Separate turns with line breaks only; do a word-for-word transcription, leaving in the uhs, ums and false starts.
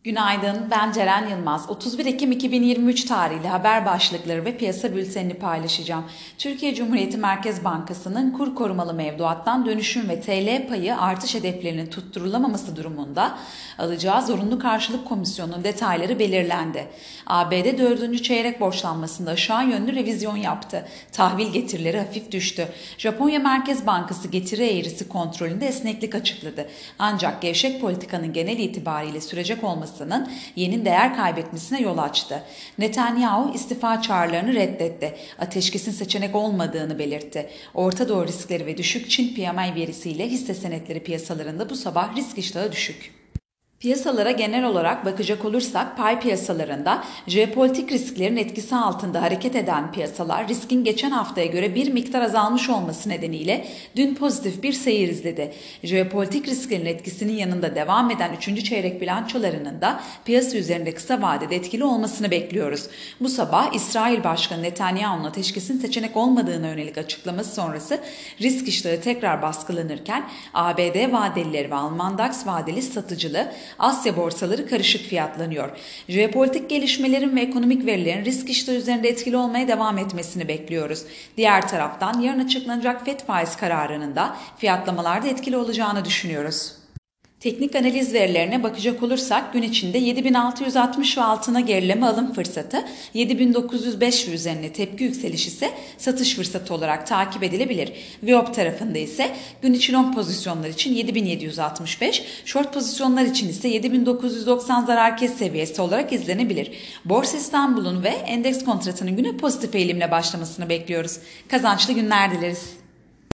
Günaydın, ben Ceren Yılmaz. otuz bir Ekim iki bin yirmi üç tarihli haber başlıkları ve piyasa bültenini paylaşacağım. Türkiye Cumhuriyeti Merkez Bankası'nın kur korumalı mevduattan dönüşüm ve T L payı artış hedeflerinin tutturulamaması durumunda alacağı zorunlu karşılık komisyonunun detayları belirlendi. A B D dördüncü çeyrek borçlanmasında aşağı yönlü revizyon yaptı. Tahvil getirileri hafif düştü. Japonya Merkez Bankası getiri eğrisi kontrolünde esneklik açıkladı. Ancak gevşek politikanın genel itibariyle sürecek olması yenin değer kaybetmesine yol açtı. Netanyahu istifa çağrılarını reddetti. Ateşkesin seçenek olmadığını belirtti. Orta Doğu riskleri ve düşük Çin P M I verisiyle hisse senetleri piyasalarında bu sabah risk iştahı düşük. Piyasalara genel olarak bakacak olursak pay piyasalarında jeopolitik risklerin etkisi altında hareket eden piyasalar riskin geçen haftaya göre bir miktar azalmış olması nedeniyle dün pozitif bir seyir izledi. Jeopolitik risklerin etkisinin yanında devam eden üçüncü çeyrek bilançolarının da piyasa üzerinde kısa vadede etkili olmasını bekliyoruz. Bu sabah İsrail Başkanı Netanyahu'nun ateşkesin seçenek olmadığına yönelik açıklaması sonrası risk iştahı tekrar baskılanırken A B D vadelileri ve Alman DAX vadeli satıcılı Asya borsaları karışık fiyatlanıyor. Jeopolitik gelişmelerin ve ekonomik verilerin risk iştahı üzerinde etkili olmaya devam etmesini bekliyoruz. Diğer taraftan yarın açıklanacak F E D faiz kararının da fiyatlamalarda etkili olacağını düşünüyoruz. Teknik analiz verilerine bakacak olursak gün içinde yedi bin altı yüz altmış ve altına gerileme alım fırsatı, yedi bin dokuz yüz beş ve üzerine tepki yükselişi ise satış fırsatı olarak takip edilebilir. Viyop tarafında ise gün içi long pozisyonlar için yedi bin yedi yüz altmış beş, short pozisyonlar için ise yedi bin dokuz yüz doksan zarar kes seviyesi olarak izlenebilir. Borsa İstanbul'un ve endeks kontratının güne pozitif eğilimle başlamasını bekliyoruz. Kazançlı günler dileriz.